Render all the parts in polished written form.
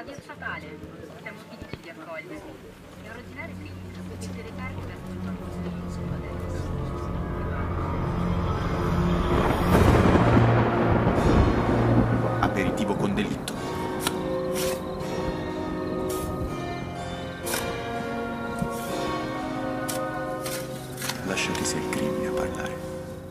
Radio Statale, siamo felici di accogliervi. È originaria clinica, mette le carte verso il nostro servizio adesso. Aperitivo con delitto. Lascia che sia il crimine a parlare.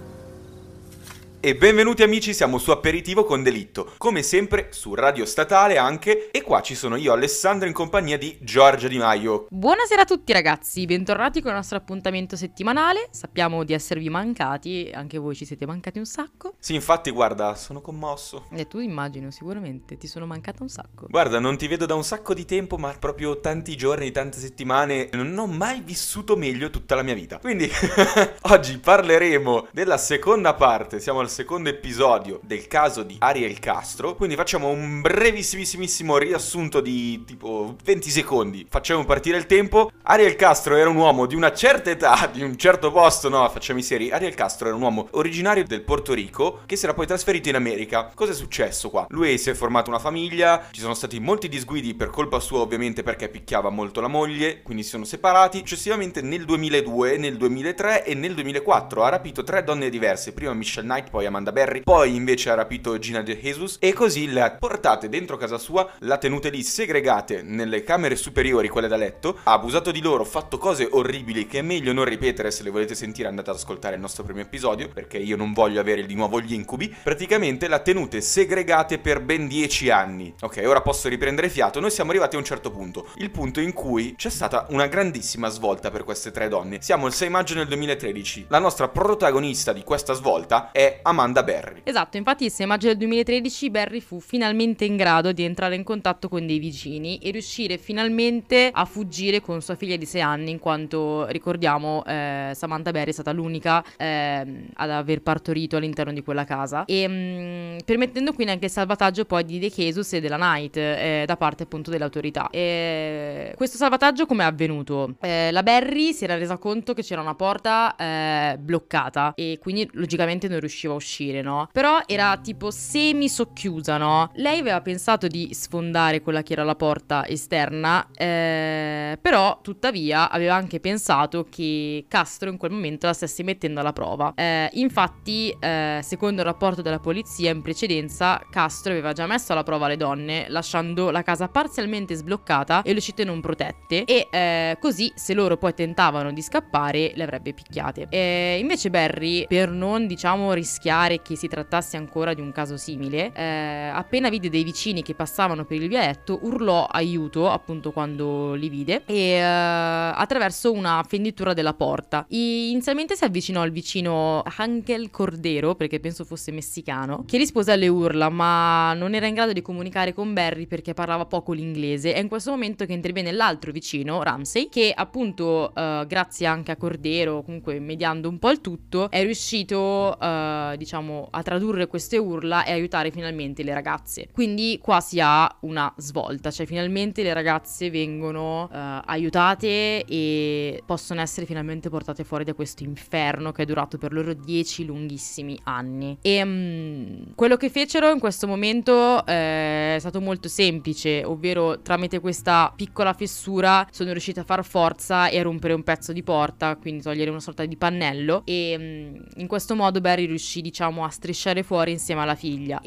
E benvenuti amici, siamo su Aperitivo con Delitto, come sempre su Radio Statale anche, e qua ci sono io Alessandro in compagnia di Giorgia Di Maio. Buonasera a tutti ragazzi, bentornati con il nostro appuntamento settimanale. Sappiamo di esservi mancati, anche voi ci siete mancati un sacco. Sì, infatti guarda, sono commosso. E tu immagino sicuramente, ti sono mancata un sacco. Guarda, non ti vedo da un sacco di tempo, ma proprio tanti giorni, tante settimane. Non ho mai vissuto meglio tutta la mia vita. Quindi oggi parleremo della seconda parte, siamo al secondo episodio del caso di Ariel Castro. Quindi facciamo un brevissimissimo riassunto di tipo 20 secondi. Facciamo partire il tempo. Ariel Castro era un uomo di una certa età, di un certo posto, no, facciamo i seri. Ariel Castro era un uomo originario del Porto Rico che si era poi trasferito in America. Cosa è successo qua? Lui si è formato una famiglia, ci sono stati molti disguidi per colpa sua ovviamente perché picchiava molto la moglie, quindi si sono separati. Successivamente nel 2002, nel 2003 e nel 2004 ha rapito 3 donne diverse, prima Michelle Knight, poi Amanda Berry, poi invece ha rapito Gina De Jesus e così le ha portate dentro casa sua, l'ha tenute lì segregate nelle camere superiori, quelle da letto, ha abusato di loro, fatto cose orribili che è meglio non ripetere. Se le volete sentire andate ad ascoltare il nostro primo episodio perché io non voglio avere di nuovo gli incubi. Praticamente l'ha tenute segregate per ben 10 anni. Ok, ora posso riprendere fiato. Noi siamo arrivati a un certo punto, il punto in cui c'è stata una grandissima svolta per queste 3 donne. Siamo il 6 maggio del 2013. La nostra protagonista di questa svolta è Amanda Berry. Esatto, infatti il 6 maggio del 2013 Berry fu finalmente in grado di entrare in contatto con dei vicini e riuscire finalmente a fuggire con sua figlia di 6 anni, in quanto ricordiamo Samantha Berry è stata l'unica ad aver partorito all'interno di quella casa, e permettendo quindi anche il salvataggio poi di De Jesus e della Knight da parte appunto delle autorità. Questo salvataggio come è avvenuto? La Berry si era resa conto che c'era una porta bloccata e quindi logicamente non riusciva a uscire, no? Però era tipo semi socchiusa, no? Lei aveva pensato di sfondare quella che era la porta esterna, però tuttavia aveva anche pensato che Castro in quel momento la stesse mettendo alla prova. Infatti secondo il rapporto della polizia in precedenza Castro aveva già messo alla prova le donne lasciando la casa parzialmente sbloccata e le uscite non protette, e così se loro poi tentavano di scappare le avrebbe picchiate. Invece Berry, per non diciamo rischiare che si trattasse ancora di un caso simile, appena vide dei vicini che passavano per il vialetto urlò aiuto appunto quando li vide, e attraverso una fenditura della porta inizialmente si avvicinò al vicino Angel Cordero, perché penso fosse messicano, che rispose alle urla ma non era in grado di comunicare con Berry perché parlava poco l'inglese. È in questo momento che interviene l'altro vicino, Ramsey, che appunto grazie anche a Cordero, comunque mediando un po' il tutto, è riuscito diciamo a tradurre queste urla e aiutare finalmente le ragazze. Quindi qua si ha una svolta, cioè finalmente le ragazze vengono aiutate e possono essere finalmente portate fuori da questo inferno che è durato per loro 10 lunghissimi anni. E quello che fecero in questo momento è stato molto semplice, ovvero tramite questa piccola fessura sono riuscite a far forza e a rompere un pezzo di porta, quindi togliere una sorta di pannello, e in questo modo Berry riuscì diciamo a strisciare fuori insieme alla figlia,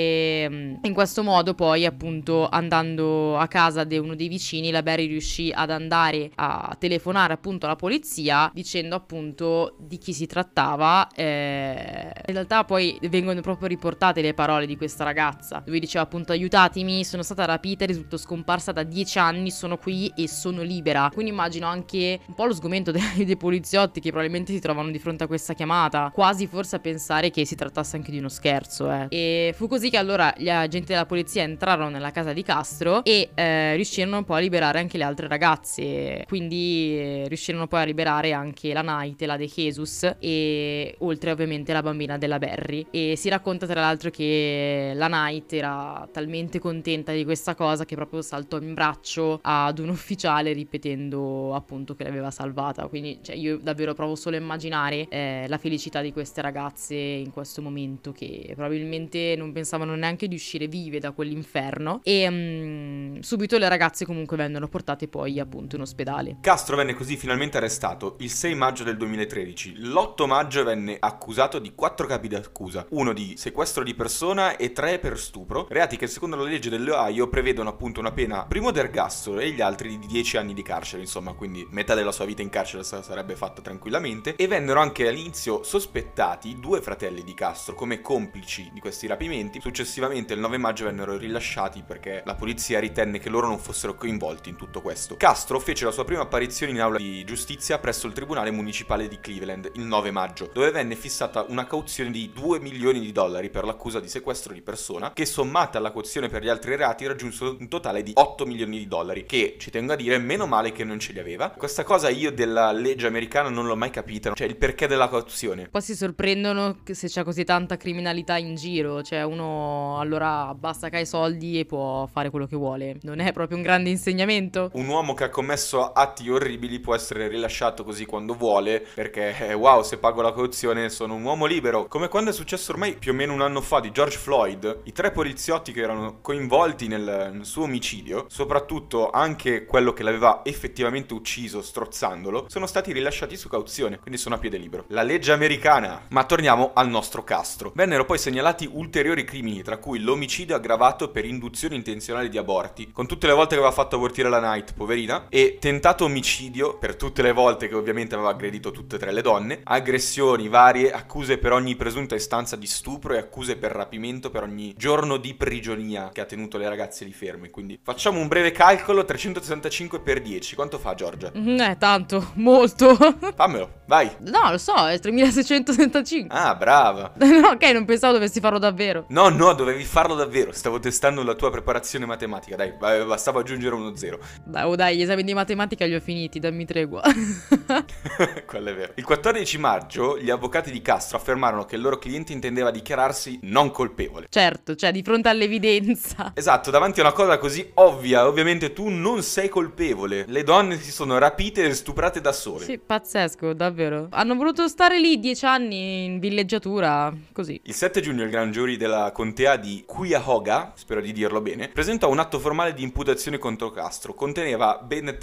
e in questo modo poi appunto andando a casa di uno dei vicini la Berry riuscì ad andare a telefonare appunto alla polizia dicendo appunto di chi si trattava. In realtà poi vengono proprio riportate le parole di questa ragazza dove diceva appunto aiutatemi, sono stata rapita e risulto scomparsa da 10 anni, sono qui e sono libera. Quindi immagino anche un po' lo sgomento dei poliziotti che probabilmente si trovano di fronte a questa chiamata, quasi forse a pensare che si trattasse anche di uno scherzo. E fu così che allora gli agenti della polizia entrarono nella casa di Castro e riuscirono poi a liberare anche le altre ragazze, quindi riuscirono poi a liberare anche la Knight e la De Jesus, e oltre ovviamente la bambina della Berry. E si racconta tra l'altro che la Knight era talmente contenta di questa cosa che proprio saltò in braccio ad un ufficiale ripetendo appunto che l'aveva salvata. Quindi cioè, io davvero provo solo a immaginare la felicità di queste ragazze in questo momento, che probabilmente non pensavano neanche di uscire vive da quell'inferno, e subito le ragazze comunque vennero portate poi appunto in ospedale. Castro venne così finalmente arrestato il 6 maggio del 2013. L'8 maggio venne accusato di 4 capi d'accusa, uno di sequestro di persona e 3 per stupro, reati che secondo la legge dell'Ohio prevedono appunto una pena primo d'ergastolo e gli altri di 10 anni di carcere, insomma, quindi metà della sua vita in carcere sarebbe fatta tranquillamente. E vennero anche all'inizio sospettati 2 fratelli di Castro come complici di questi rapimenti. Successivamente il 9 maggio vennero rilasciati perché la polizia ritenne che loro non fossero coinvolti in tutto questo. Castro fece la sua prima apparizione in aula di giustizia presso il tribunale municipale di Cleveland il 9 maggio, dove venne fissata una cauzione di $2 milioni per l'accusa di sequestro di persona, che sommata alla cauzione per gli altri reati raggiunse un totale di $8 milioni, che ci tengo a dire, meno male che non ce li aveva. Questa cosa io della legge americana non l'ho mai capita, cioè il perché della cauzione. Poi si sorprendono se c'è così tanta criminalità in giro, cioè uno allora basta che ha i soldi e può fare quello che vuole. Non è proprio un grande insegnamento? Un uomo che ha commesso atti orribili può essere rilasciato così quando vuole, perché wow, se pago la cauzione sono un uomo libero. Come quando è successo ormai più o meno un anno fa di George Floyd, i 3 poliziotti che erano coinvolti nel suo omicidio, soprattutto anche quello che l'aveva effettivamente ucciso strozzandolo, sono stati rilasciati su cauzione, quindi sono a piede libero. La legge americana. Ma torniamo al nostro Castro. Vennero poi segnalati ulteriori crimini, tra cui l'omicidio aggravato per induzione intenzionale di aborti, con tutte le volte che aveva fatto abortire la Knight, poverina, e tentato omicidio per tutte le volte che ovviamente aveva aggredito tutte e 3 le donne, aggressioni varie, accuse per ogni presunta istanza di stupro e accuse per rapimento per ogni giorno di prigionia che ha tenuto le ragazze lì ferme. Quindi facciamo un breve calcolo: 365 per 10, quanto fa, Giorgia? Tanto, molto. Fammelo, vai. No, lo so, è 3665. Ah, brava. No, ok, non pensavo dovessi farlo davvero. No, dovevi farlo davvero. Stavo testando la tua preparazione matematica. Dai, bastava aggiungere uno 0. Dai, gli esami di matematica li ho finiti, dammi tregua. Quello è vero. Il 14 maggio gli avvocati di Castro affermarono che il loro cliente intendeva dichiararsi non colpevole. Certo, cioè di fronte all'evidenza. Esatto, davanti a una cosa così ovvia, ovviamente tu non sei colpevole. Le donne si sono rapite e stuprate da sole. Sì, pazzesco, davvero. Hanno voluto stare lì 10 anni in villeggiatura, così. Il 7 giugno il Grand Jury della contea di Cuyahoga, spero di dirlo bene, presentò un atto formale di imputazione contro Castro. Conteneva ben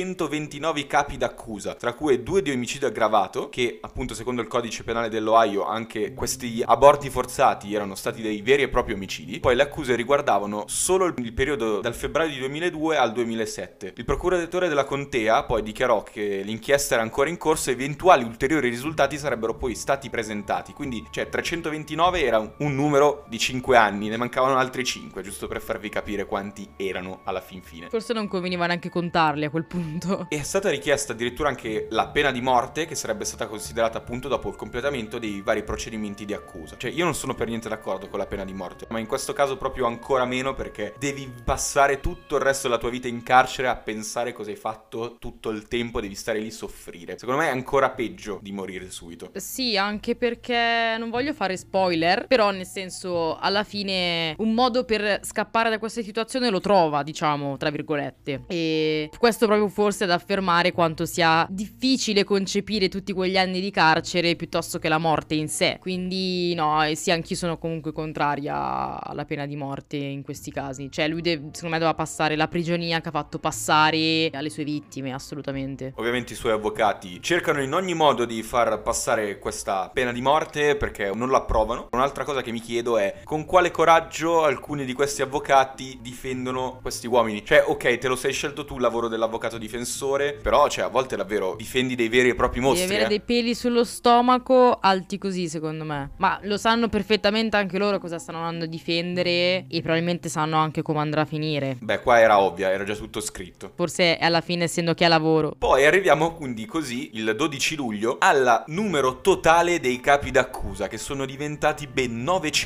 329 capi d'accusa, tra cui 2 di omicidio aggravato, che appunto secondo il codice penale dell'Ohio anche questi aborti forzati erano stati dei veri e propri omicidi. Poi le accuse riguardavano solo il periodo dal febbraio di 2002 al 2007. Il procuratore della contea poi dichiarò che l'inchiesta era ancora in corso e eventuali ulteriori risultati sarebbero poi stati presentati. Quindi, cioè, 329 era un numero di 5 anni, ne mancavano altri 5, giusto per farvi capire quanti erano alla fin fine. Forse non conveniva neanche contarli a quel punto. È stata richiesta addirittura anche la pena di morte, che sarebbe stata considerata appunto dopo il completamento dei vari procedimenti di accusa. Cioè, io non sono per niente d'accordo con la pena di morte, ma in questo caso proprio ancora meno, perché devi passare tutto il resto della tua vita in carcere a pensare cosa hai fatto tutto il tempo, devi stare lì a soffrire. Secondo me è ancora peggio di morire subito. Sì, anche perché non voglio fare spoiler, però nel senso, alla fine un modo per scappare da questa situazione lo trova, diciamo, tra virgolette. E questo proprio forse ad affermare quanto sia difficile concepire tutti quegli anni di carcere piuttosto che la morte in sé. Quindi no, sì, anch'io sono comunque contraria alla pena di morte in questi casi. Cioè lui secondo me doveva passare la prigionia che ha fatto passare alle sue vittime, assolutamente. Ovviamente i suoi avvocati cercano in ogni modo di far passare questa pena di morte perché non la approvano. Un'altra cosa che mi chiedo è con quale coraggio alcuni di questi avvocati difendono questi uomini. Cioè, ok, te lo sei scelto tu il lavoro dell'avvocato difensore, però cioè a volte davvero difendi dei veri e propri mostri. Devi avere dei peli sullo stomaco alti così, secondo me. Ma lo sanno perfettamente anche loro cosa stanno andando a difendere e probabilmente sanno anche come andrà a finire. Beh, qua era ovvia, era già tutto scritto. Forse alla fine, essendo che ha lavoro. Poi arriviamo quindi così, il 12 luglio, al numero totale dei capi d'accusa, che sono diventati ben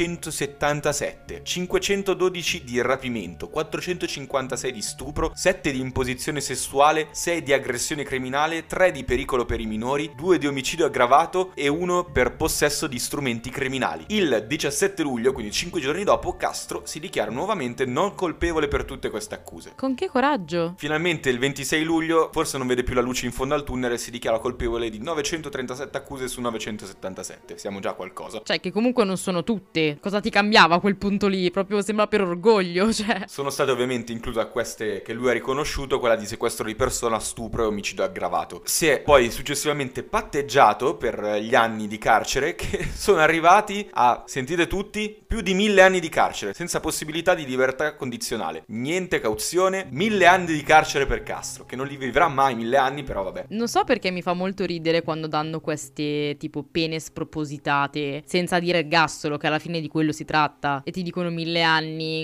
977. 512 di rapimento, 456 di stupro, 7 di imposizione sessuale, 6 di aggressione criminale, 3 di pericolo per i minori, 2 di omicidio aggravato e 1 per possesso di strumenti criminali. Il 17 luglio, quindi 5 giorni dopo, Castro si dichiara nuovamente non colpevole per tutte queste accuse. Con che coraggio? Finalmente il 26 luglio forse non vede più la luce in fondo al tunnel e si dichiara colpevole di 937 accuse su 977. sappiamo già qualcosa. Cioè, che comunque non sono tutte. Cosa ti cambiava a quel punto lì? Proprio sembra per orgoglio, cioè. Sono state ovviamente incluse a queste che lui ha riconosciuto, quella di sequestro di persona, stupro e omicidio aggravato. Si è poi successivamente patteggiato per gli anni di carcere che sono arrivati a, sentite tutti, più di 1000 anni di carcere, senza possibilità di libertà condizionale. Niente cauzione, 1000 anni di carcere per Castro, che non li vivrà mai 1000 anni, però vabbè. Non so perché mi fa molto ridere quando danno queste tipo pene spropositate, senza dire ergastolo, che alla fine di quello si tratta, e ti dicono 1000 anni,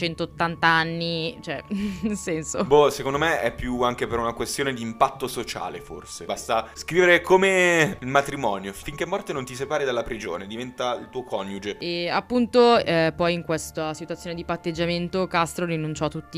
480 anni, cioè, nel senso. Boh, secondo me è più anche per una questione di impatto sociale, forse. Basta scrivere come il matrimonio, finché morte non ti separi dalla prigione, diventa il tuo coniuge. E appunto poi in questa situazione di patteggiamento Castro rinunciò a tutti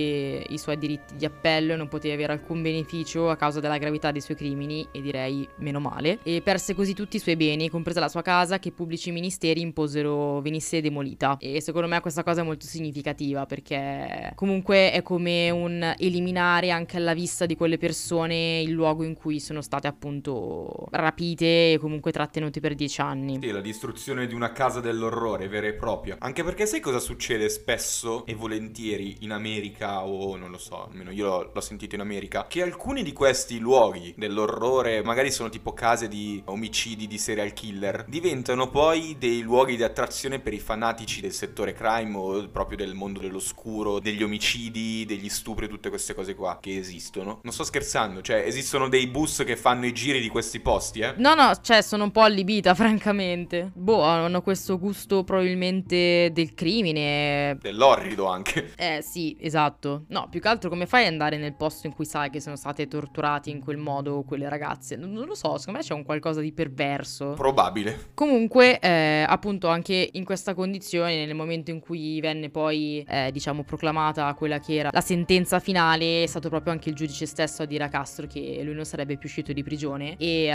i suoi diritti di appello e non poteva avere alcun beneficio a causa della gravità dei suoi crimini, e direi meno male, e perse così tutti i suoi beni, compresa la sua casa, che i pubblici ministeri imposero venisse demolita. E secondo me questa cosa è molto significativa, perché comunque è come un eliminare anche alla vista di quelle persone il luogo in cui sono state appunto rapite e comunque trattenute per 10 anni. Sì, la distruzione di una casa dell'orrore vera e propria. Anche perché sai cosa succede spesso e volentieri in America, o non lo so, almeno io l'ho sentito in America, che alcuni di questi luoghi dell'orrore, magari sono tipo case di omicidi di serial killer, diventano poi dei luoghi di attrazione per i fanatici del settore crime o proprio del mondo dell'oscuro, degli omicidi, degli stupri, tutte queste cose qua che esistono. Non sto scherzando, cioè esistono dei bus che fanno i giri di questi posti, No, cioè sono un po' allibita francamente. Boh, hanno questo gusto probabilmente del crimine. Dell'orrido anche. Sì, esatto. No, più che altro come fai ad andare nel posto in cui sai che sono state torturate in quel modo quelle ragazze? Non lo so, secondo me c'è un qualcosa di perverso. Probabile. Comunque, appunto, anche in questa condizione, nel momento in cui venne poi, diciamo, proclamata quella che era la sentenza finale, è stato proprio anche il giudice stesso a dire a Castro che lui non sarebbe più uscito di prigione. E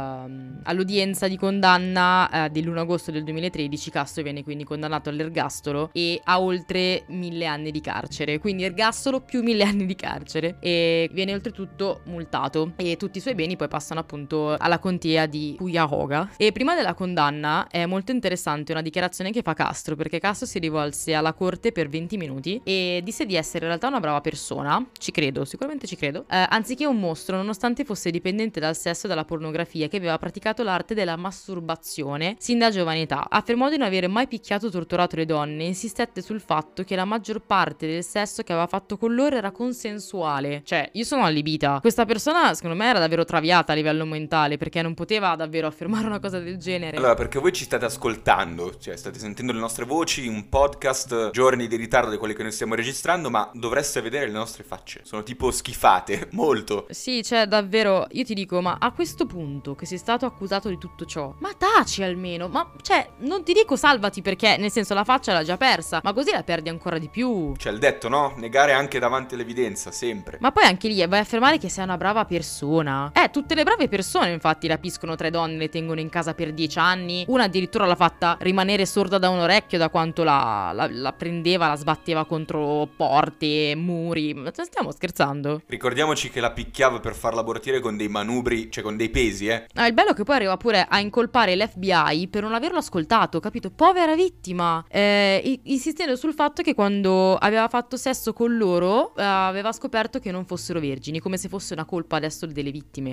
all'udienza di condanna dell'1 agosto del 2013 Castro viene quindi condannato all'ergastolo e a oltre 1000 anni di carcere. Quindi ergastolo più 1000 anni di carcere. E viene oltretutto multato. E tutti i suoi beni poi passano appunto alla contea di Cuyahoga. E prima della condanna è molto interessante una dichiarazione che fa Castro, perché Castro si rivolse alla corte per 20 minuti e disse di essere in realtà una brava persona. Ci credo, sicuramente ci credo. Anziché un mostro, nonostante fosse dipendente dal sesso e dalla pornografia, che aveva praticato l'arte della masturbazione sin da giovane età. Affermò di non avere mai picchiato o torturato le donne e insistette sul fatto che la maggior parte del sesso che aveva fatto con loro era consensuale. Cioè, io sono allibita. Questa persona, secondo me, era davvero traviata a livello mentale, perché non poteva davvero affermare una cosa del genere. Allora, perché voi ci state ascoltando, cioè state sentendo le nostre voci, un podcast, giorni di ritardo di quelli che noi stiamo registrando, ma dovreste vedere le nostre facce. Sono tipo schifate, molto. Sì, cioè davvero, io ti dico, ma a questo punto che sei stato accusato di tutto ciò, ma taci almeno, ma cioè, non ti dico salvati perché, nel senso, la faccia l'ha già persa, ma così la perdi ancora di più. C'è il detto, no? Negare anche davanti all'evidenza, sempre. Ma poi anche lì vai a affermare che sei una brava persona. Tutte le brave persone infatti rapiscono 3 donne, le tengono in casa per 10 anni. Una addirittura l'ha fatta rimanere sorda da un orecchio da quanto la prendeva, la sbatteva contro porte, muri. Ma stiamo scherzando? Ricordiamoci che la picchiava per farla abortire con dei manubri, cioè con dei pesi, Il bello è che poi arriva pure a incolpare l'FBI per non averlo ascoltato, capito? Povera vittima. Insistendo sul fatto che quando aveva fatto sesso con loro aveva scoperto che non fossero vergini, come se fosse una colpa adesso delle vittime.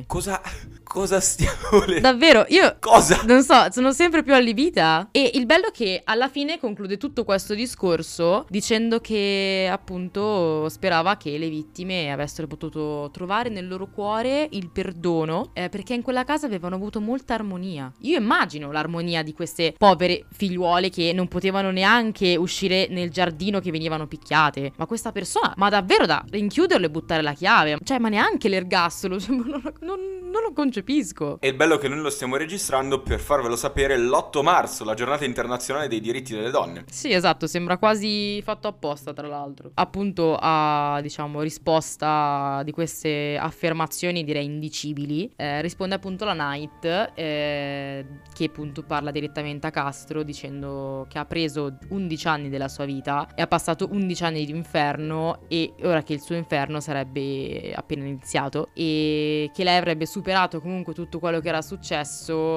Cosa stiamo le... Davvero, io Cosa? non so, sono sempre più allibita. E il bello è che alla fine conclude tutto questo discorso dicendo che appunto sperava che le vittime avessero potuto trovare nel loro cuore il perdono, perché in quella casa avevano avuto molta armonia. Io immagino l'armonia di queste povere figliuole che non potevano neanche uscire nel giardino, che venivano picchiate. Ma questa persona, ma davvero da rinchiuderlo e buttare la chiave? Cioè, ma neanche l'ergastolo, cioè, non lo concepisco. E il bello è che noi lo stiamo registrando per farvelo sapere l'8 marzo, la giornata internazionale dei diritti delle donne. Sì, esatto, sembra quasi fatto apposta, tra l'altro. Appunto a, diciamo, risposta di queste affermazioni, direi indicibili, risponde appunto la Knight, che appunto parla direttamente a Castro dicendo che ha preso 11 anni della sua vita e ha passato 11 anni di inferno, e ora che il suo inferno sarebbe appena iniziato e che lei avrebbe superato comunque tutto quello che era successo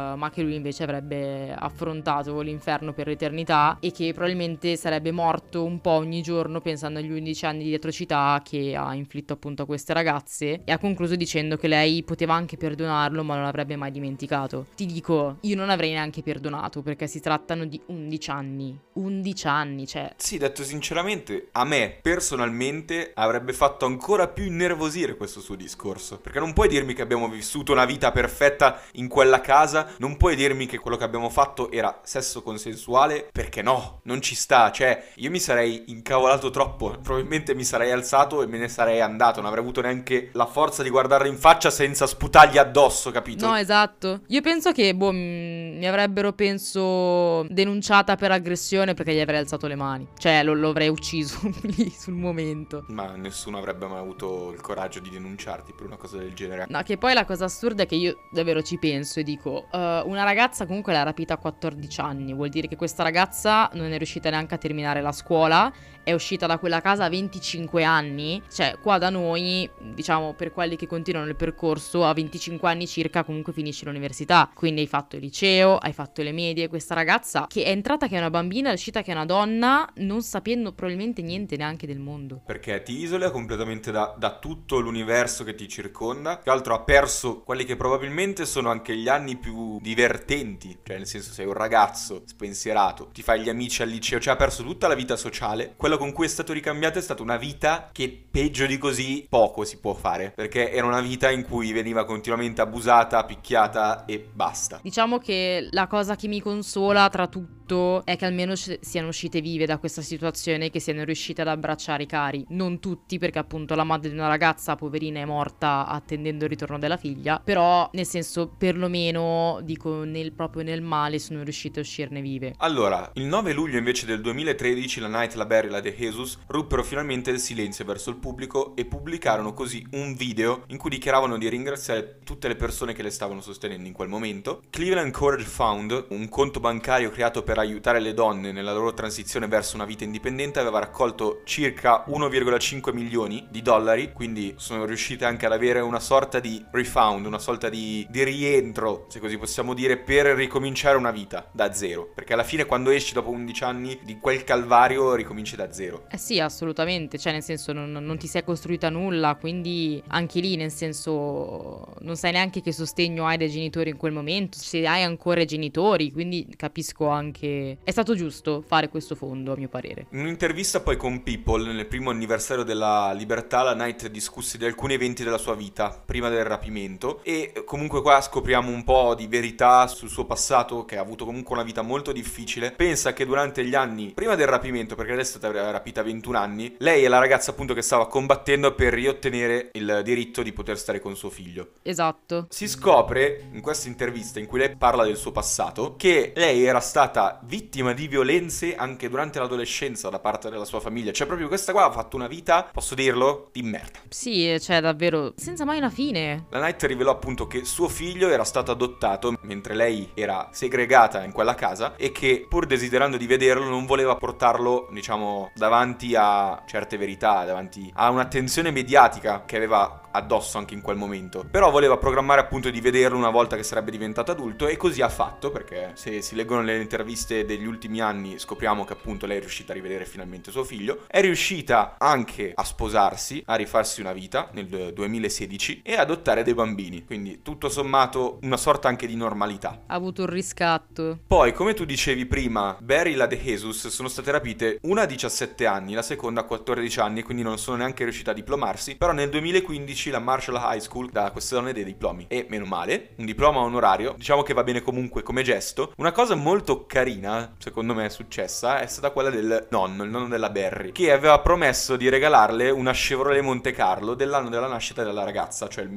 ma che lui invece avrebbe affrontato l'inferno per l'eternità e che probabilmente sarebbe morto un po' ogni giorno pensando agli 11 anni di atrocità che ha inflitto appunto a queste ragazze, e ha concluso dicendo che lei poteva anche perdonarlo ma non l'avrebbe mai dimenticato. Ti dico, io non avrei neanche perdonato, perché si trattano di 11 anni. 11 anni, cioè... Sì, detto sinceramente, a me personalmente avrebbe fatto ancora più innervosire questo suo discorso, perché non puoi dirmi che abbiamo vissuto una vita perfetta in quella casa, non puoi dirmi che quello che abbiamo fatto era sesso consensuale, perché no, non ci sta. Cioè, io mi sarei incavolato troppo, probabilmente mi sarei alzato e me ne sarei andato, non avrei avuto neanche la forza di guardarlo in faccia senza sputargli addosso, capito? No, esatto. Io penso che, mi avrebbero, penso, denunciata per aggressione perché gli avrei alzato le mani. Cioè, lo avrei ucciso lì sul momento. Ma nessuno avrebbe mai avuto il coraggio di denunciarti per una cosa del genere. No, che poi la cosa assurda è che io davvero ci penso e dico, una ragazza comunque l'ha rapita a 14 anni, vuol dire che questa ragazza non è riuscita neanche a terminare la scuola, è uscita da quella casa a 25 anni, cioè qua da noi, diciamo, per quelli che continuano il percorso, a 25 anni circa comunque finisci l'università, quindi hai fatto il liceo, hai fatto le medie. Questa ragazza che è entrata che è una bambina, è uscita che è una donna, non sapendo probabilmente niente neanche del mondo. Perché ti isola completamente da tutto l'universo che ti circonda. Tra l'altro ha perso quelli che probabilmente sono anche gli anni più divertenti. Cioè, nel senso, sei un ragazzo spensierato, ti fai gli amici al liceo, cioè ha perso tutta la vita sociale. Quello con cui è stato ricambiato è stata una vita che peggio di così poco si può fare, perché era una vita in cui veniva continuamente abusata, picchiata e basta. Diciamo che la cosa che mi consola tra tutto è che almeno siano uscite vive da questa situazione, che siano riuscite ad abbracciare i cari. Non tutti, perché appunto la madre di una ragazza poverina è morta attendendo il ritorno della figlia, però nel senso, perlomeno dico, proprio nel male sono riuscite a uscirne vive. Allora, il 9 luglio invece del 2013 la Night, la Berry e la De Jesus ruppero finalmente il silenzio verso il pubblico e pubblicarono così un video in cui dichiaravano di ringraziare tutte le persone che le stavano sostenendo in quel momento. Cleveland Courage Fund, un conto bancario creato per aiutare le donne nella loro transizione verso una vita indipendente, aveva raccolto circa 1,5 milioni di dollari, quindi sono riuscite anche ad avere una sorta di refund, una sorta di rientro, se così possiamo dire, per ricominciare una vita da zero, perché alla fine quando esci dopo 11 anni di quel calvario ricominci da zero. Eh sì, assolutamente, cioè nel senso non ti sei costruita nulla, quindi anche lì nel senso non sai neanche che sostegno hai dai genitori in quel momento, se hai ancora i genitori, quindi capisco anche, è stato giusto fare questo fondo a mio parere. In un'intervista poi con People, nel primo anniversario della libertà, la Night discusse di alcuni eventi della sua vita prima del rapimento, e comunque qua scopriamo un po' di verità sul suo passato, che ha avuto comunque una vita molto difficile. Pensa che durante gli anni prima del rapimento, perché lei è stata rapita a 21 anni, lei è la ragazza appunto che stava combattendo per riottenere il diritto di poter stare con suo figlio. Esatto. Si scopre in questa intervista in cui lei parla del suo passato che lei era stata vittima di violenze anche durante l'adolescenza da parte della sua famiglia. Cioè proprio questa qua ha fatto una vita, posso dirlo, di merda. Sì, cioè davvero senza mai una fine. La Night rivelò appunto che suo figlio era stato adottato mentre lei era segregata in quella casa e che pur desiderando di vederlo non voleva portarlo, diciamo, davanti a certe verità, davanti a un'attenzione mediatica che aveva addosso anche in quel momento. Però voleva programmare appunto di vederlo una volta che sarebbe diventato adulto, e così ha fatto, perché se si leggono le interviste degli ultimi anni scopriamo che appunto lei è riuscita a rivedere finalmente suo figlio, è riuscita anche a sposarsi, a rifarsi una vita nel 2016 e adottare dei bambini, quindi tutto sommato una sorta anche di normalità. Ha avuto un riscatto. Poi, come tu dicevi prima, Berry e la De Jesus sono state rapite, una a 17 anni, la seconda a 14 anni, quindi non sono neanche riuscita a diplomarsi, però nel 2015 la Marshall High School dà a queste donne dei diplomi, e meno male, un diploma onorario, diciamo che va bene comunque come gesto. Una cosa molto carina, secondo me è successa, è stata quella del nonno, il nonno della Berry, che aveva promesso di regalarle una Chevrolet Monte Carlo dell'anno della nascita della ragazza, cioè il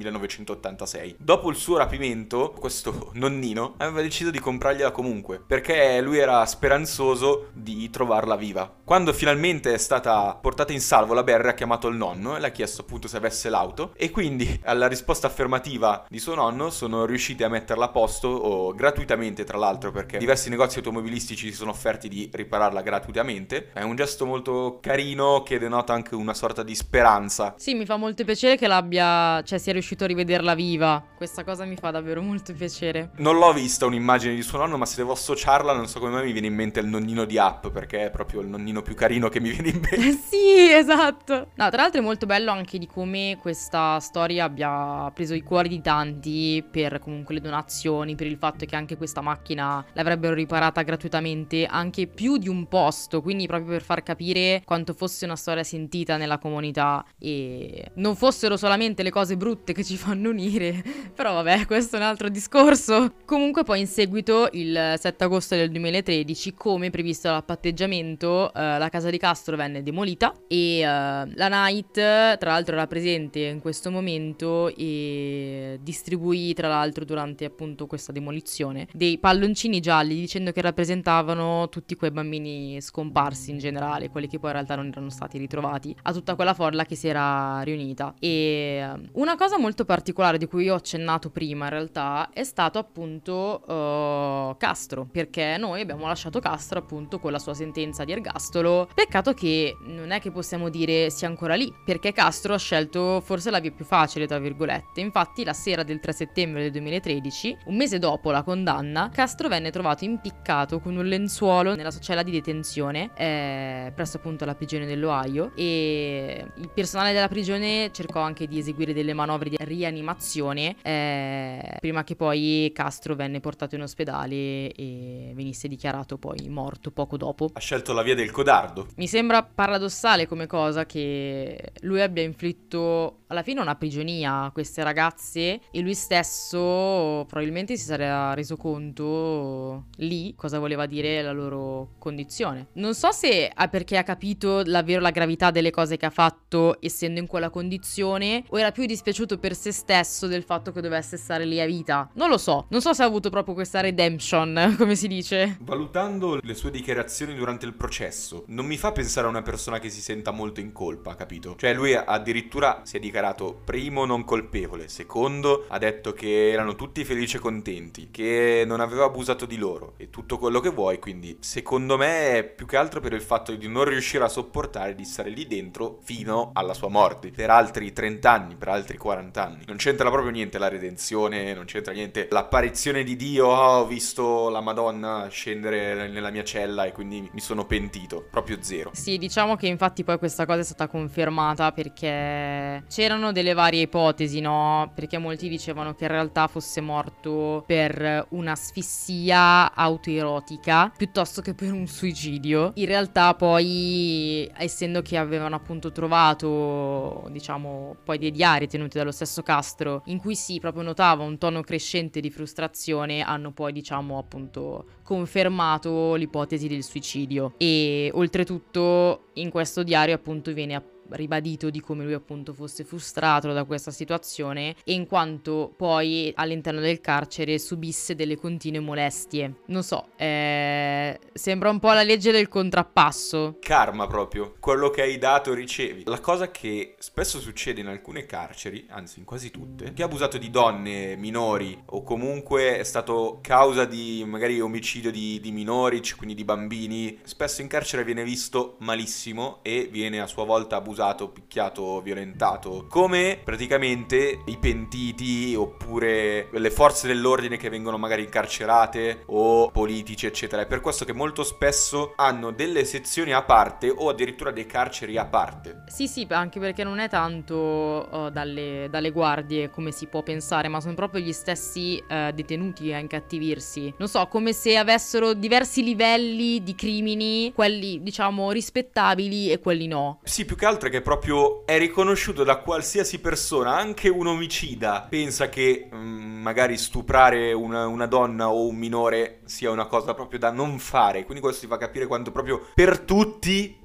1986. Dopo il suo rapimento, questo nonnino aveva deciso di comprargliela comunque, perché lui era speranzoso di trovarla viva. Quando finalmente è stata portata in salvo, la Berry ha chiamato il nonno e le ha chiesto appunto se avesse l'auto, E quindi alla risposta affermativa di suo nonno sono riusciti a metterla a posto, gratuitamente tra l'altro, perché diversi negozi automobilistici si sono offerti di ripararla gratuitamente. È un gesto molto carino che denota anche una sorta di speranza. Sì, mi fa molto piacere che l'abbia, cioè sia riuscito a rivederla viva. Questa cosa mi fa davvero molto piacere. Non l'ho vista un'immagine di suo nonno, ma se devo associarla non so come mai mi viene in mente il nonnino di Up, perché è proprio il nonnino più carino che mi viene in mente. Sì, esatto. No, tra l'altro è molto bello anche di come questa storia abbia preso i cuori di tanti per comunque le donazioni, per il fatto che anche questa macchina l'avrebbero riparata gratuitamente anche più di un posto, quindi proprio per far capire quanto fosse una storia sentita nella comunità e non fossero solamente le cose brutte che ci fanno unire, però vabbè, questo è un altro discorso. Comunque poi in seguito, il 7 agosto del 2013, come previsto dal patteggiamento, la casa di Castro venne demolita e la Night tra l'altro era presente in questo momento e distribuì tra l'altro durante appunto questa demolizione dei palloncini gialli dicendo che rappresentavano tutti quei bambini scomparsi in generale, quelli che poi in realtà non erano stati ritrovati, a tutta quella folla che si era riunita. E una cosa molto particolare di cui io ho accennato prima in realtà è stato appunto Castro, perché noi abbiamo lasciato Castro appunto con la sua sentenza di ergastolo. Peccato che non è che possiamo dire sia ancora lì, perché Castro ha scelto forse la via più facile tra virgolette. Infatti la sera del 3 settembre del 2013, un mese dopo la condanna, Castro venne trovato impiccato con un lenzuolo nella sua cella di detenzione presso appunto la prigione dell'Ohio, e il personale della prigione cercò anche di eseguire delle manovre di rianimazione prima che poi Castro venne portato in ospedale e venisse dichiarato poi morto poco dopo. Ha scelto la via del codardo. Mi sembra paradossale come cosa che lui abbia inflitto alla fine una prigionia a queste ragazze e lui stesso probabilmente si sarà reso conto lì cosa voleva dire la loro condizione. Non so se è perché ha capito davvero la gravità delle cose che ha fatto essendo in quella condizione, o era più dispiaciuto per se stesso del fatto che dovesse stare lì a vita. Non lo so. Non so se ha avuto proprio questa redemption, come si dice. Valutando le sue dichiarazioni durante il processo, non mi fa pensare a una persona che si senta molto in colpa, capito? Cioè lui addirittura si è dichiarato primo non colpevole, secondo ha detto che erano tutti felici e contenti, che non aveva abusato di loro e tutto quello che vuoi, quindi secondo me è più che altro per il fatto di non riuscire a sopportare di stare lì dentro fino alla sua morte, per altri 30 anni, per altri 40 anni. Non c'entra proprio niente la redenzione, non c'entra niente l'apparizione di Dio, ho visto la Madonna scendere nella mia cella e quindi mi sono pentito, proprio zero. Sì, diciamo che infatti poi questa cosa è stata confermata perché c'erano delle varie ipotesi, no? Perché molti dicevano che in realtà fosse morto per un'asfissia autoerotica piuttosto che per un suicidio. In realtà poi, essendo che avevano appunto trovato, diciamo, poi dei diari tenuti dallo stesso Castro in cui si proprio notava un tono crescente di frustrazione, hanno poi, diciamo, appunto confermato l'ipotesi del suicidio. E oltretutto in questo diario appunto viene ribadito di come lui appunto fosse frustrato da questa situazione e in quanto poi all'interno del carcere subisse delle continue molestie. Non so, sembra un po' la legge del contrappasso. Karma proprio, quello che hai dato ricevi. La cosa che spesso succede in alcune carceri, anzi in quasi tutte, chi ha abusato di donne, minori o comunque è stato causa di magari omicidio di minori, quindi di bambini, spesso in carcere viene visto malissimo e viene a sua volta abusato, picchiato, violentato, come praticamente i pentiti oppure le forze dell'ordine che vengono magari incarcerate o politici eccetera. È per questo che molto spesso hanno delle sezioni a parte o addirittura dei carceri a parte. Sì, anche perché non è tanto dalle guardie come si può pensare, ma sono proprio gli stessi detenuti a incattivirsi. Non so, come se avessero diversi livelli di crimini, quelli diciamo rispettabili e quelli no. Sì, più che altro che proprio è riconosciuto da qualsiasi persona, anche un omicida pensa che magari stuprare una donna o un minore sia una cosa proprio da non fare, quindi questo ti fa capire quanto proprio per tutti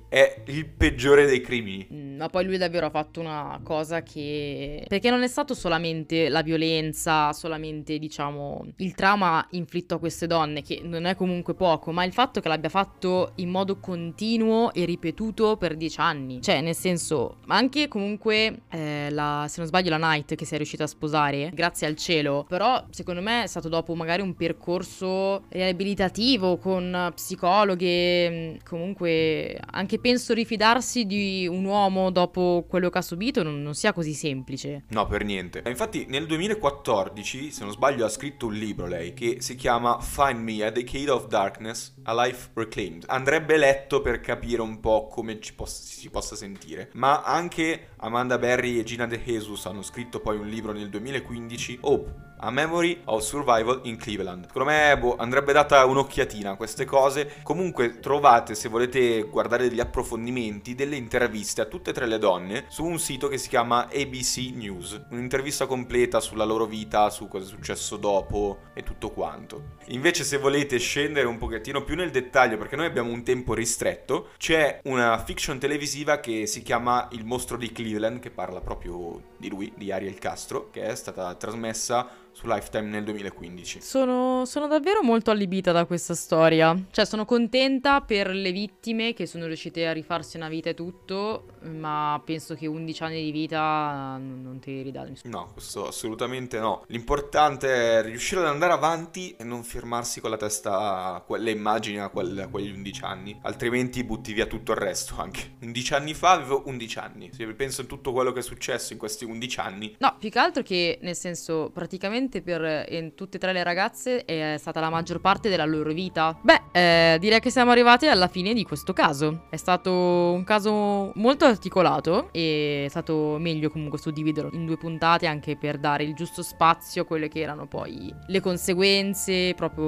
è il peggiore dei crimini. Ma poi lui davvero ha fatto una cosa che... Perché non è stato solamente la violenza, solamente, diciamo, il trauma inflitto a queste donne, che non è comunque poco, ma il fatto che l'abbia fatto in modo continuo e ripetuto per 10 anni. Cioè, nel senso, anche comunque, se non sbaglio, la Knight che si è riuscita a sposare, grazie al cielo, però secondo me è stato dopo magari un percorso riabilitativo con psicologhe, comunque anche penso rifidarsi di un uomo dopo quello che ha subito non sia così semplice. No, per niente. Infatti nel 2014, se non sbaglio, ha scritto un libro lei che si chiama Find Me, A Decade of Darkness, A Life Reclaimed. Andrebbe letto per capire un po' come si possa sentire. Ma anche Amanda Berry e Gina De Jesus hanno scritto poi un libro nel 2015, Hope, A Memory of Survival in Cleveland. Secondo me andrebbe data un'occhiatina a queste cose. Comunque trovate, se volete guardare degli approfondimenti, delle interviste a tutte e tre le donne su un sito che si chiama ABC News. Un'intervista completa sulla loro vita, su cosa è successo dopo e tutto quanto. Invece, se volete scendere un pochettino più nel dettaglio, perché noi abbiamo un tempo ristretto, c'è una fiction televisiva che si chiama Il mostro di Cleveland, che parla proprio di lui, di Ariel Castro, che è stata trasmessa su Lifetime nel 2015. Sono davvero molto allibita da questa storia. Cioè, sono contenta per le vittime che sono riuscite a rifarsi una vita e tutto, ma penso che 11 anni di vita non ti ridà nessuno. No, questo assolutamente no. L'importante è riuscire ad andare avanti e non fermarsi con la testa a quelle immagini, a quegli 11 anni. Altrimenti butti via tutto il resto anche. 11 anni fa avevo 11 anni. Se penso in tutto quello che è successo in questi 11 anni. No, più che altro che, nel senso, praticamente per tutte e tre le ragazze è stata la maggior parte della loro vita. Beh, direi che siamo arrivati alla fine di questo caso. È stato un caso molto articolato e è stato meglio comunque suddividerlo in 2 puntate, anche per dare il giusto spazio a quelle che erano poi le conseguenze, proprio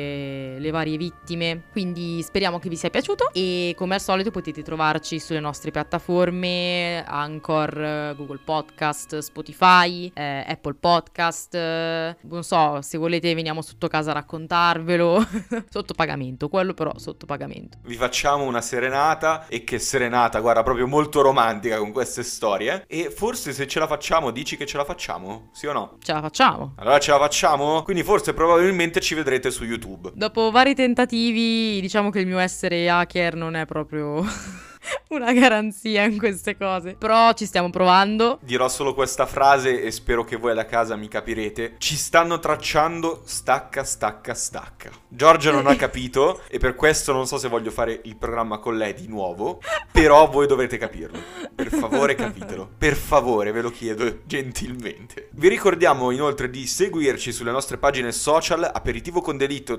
le varie vittime. Quindi speriamo che vi sia piaciuto e come al solito potete trovarci sulle nostre piattaforme Anchor, Google Podcast, Spotify, Apple Podcast. Non so, se volete veniamo sotto casa a raccontarvelo. Sotto pagamento, quello però sotto pagamento. Vi facciamo una serenata, e che serenata, guarda, proprio molto romantica con queste storie. E forse se ce la facciamo, dici che ce la facciamo? Sì o no? Ce la facciamo. Allora ce la facciamo? Quindi forse probabilmente ci vedrete su YouTube. Dopo vari tentativi, diciamo che il mio essere hacker non è proprio una garanzia in queste cose. Però ci stiamo provando. Dirò solo questa frase e spero che voi da casa mi capirete. Ci stanno tracciando stacca, stacca, stacca. Giorgia non ha capito e per questo non so se voglio fare il programma con lei di nuovo. Però voi dovrete capirlo. Per favore capitelo. Per favore, ve lo chiedo gentilmente. Vi ricordiamo inoltre di seguirci sulle nostre pagine social, Aperitivo con Delitto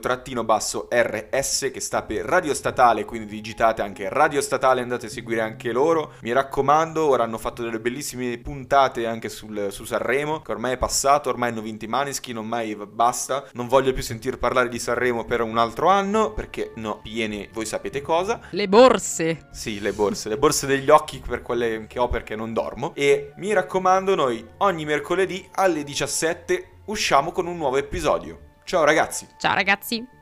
_RS, che sta per Radio Statale, quindi digitate anche Radio Statale, andate a seguire anche loro. Mi raccomando, ora hanno fatto delle bellissime puntate anche su Sanremo, che ormai è passato, ormai hanno vinto i Maneskin, ormai basta. Non voglio più sentir parlare di Sanremo per un altro anno, perché no, piene voi sapete cosa. Le borse. Sì, le borse degli occhi per quelle che ho perché non dormo. E mi raccomando, noi ogni mercoledì alle 17 usciamo con un nuovo episodio. Ciao ragazzi! Ciao ragazzi.